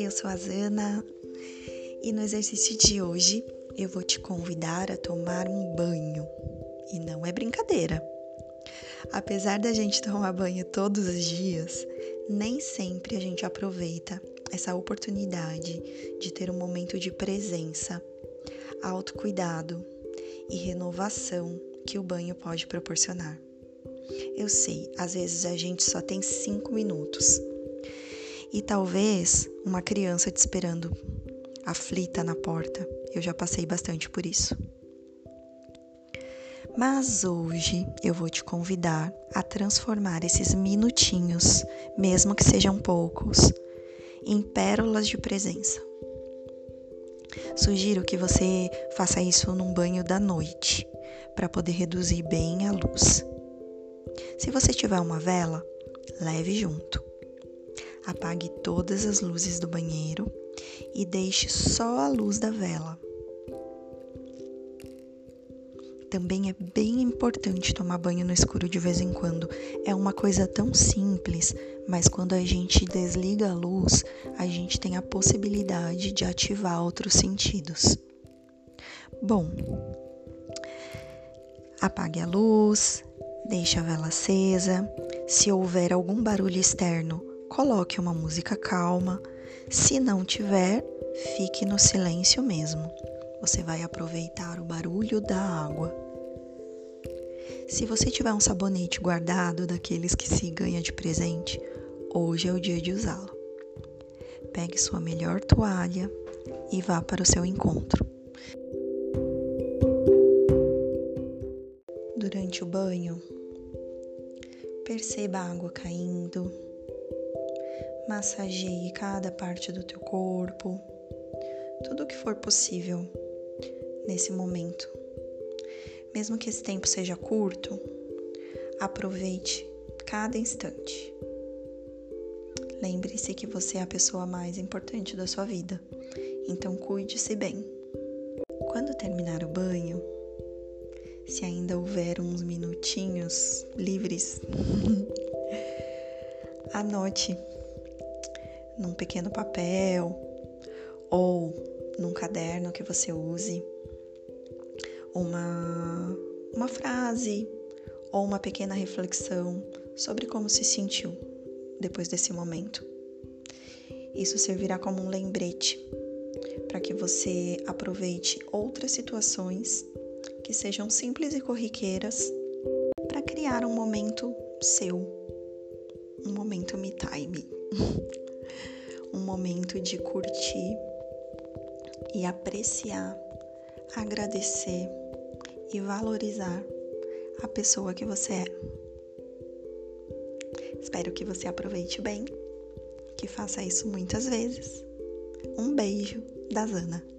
eu sou a Zana e no exercício de hoje eu vou te convidar a tomar um banho. E não é brincadeira. Apesar da gente tomar banho todos os dias, nem sempre a gente aproveita essa oportunidade de ter um momento de presença, autocuidado e renovação que o banho pode proporcionar. Eu sei, às vezes a gente só tem 5 minutos. E talvez uma criança te esperando aflita na porta. Eu já passei bastante por isso. Mas hoje eu vou te convidar a transformar esses minutinhos, mesmo que sejam poucos, em pérolas de presença. Sugiro que você faça isso num banho da noite, para poder reduzir bem a luz. Se você tiver uma vela, leve junto. Apague todas as luzes do banheiro e deixe só a luz da vela. Também é bem importante tomar banho no escuro de vez em quando. É uma coisa tão simples, mas quando a gente desliga a luz, a gente tem a possibilidade de ativar outros sentidos. Bom, apague a luz, deixe a vela acesa. Se houver algum barulho externo, coloque uma música calma. Se não tiver, fique no silêncio mesmo. Você vai aproveitar o barulho da água. Se você tiver um sabonete guardado, daqueles que se ganha de presente, hoje é o dia de usá-lo. Pegue sua melhor toalha e vá para o seu encontro. Durante o banho, perceba a água caindo, massageie cada parte do teu corpo, tudo o que for possível nesse momento. Mesmo que esse tempo seja curto, aproveite cada instante. Lembre-se que você é a pessoa mais importante da sua vida, então cuide-se bem. Quando terminar o banho, se ainda houver uns minutinhos livres, anote num pequeno papel ou num caderno que você use uma frase ou uma pequena reflexão sobre como se sentiu depois desse momento. Isso servirá como um lembrete para que você aproveite outras situações que sejam simples e corriqueiras para criar um momento seu, um momento me time, um momento de curtir e apreciar, agradecer e valorizar a pessoa que você é. Espero que você aproveite bem, que faça isso muitas vezes. Um beijo da Zana.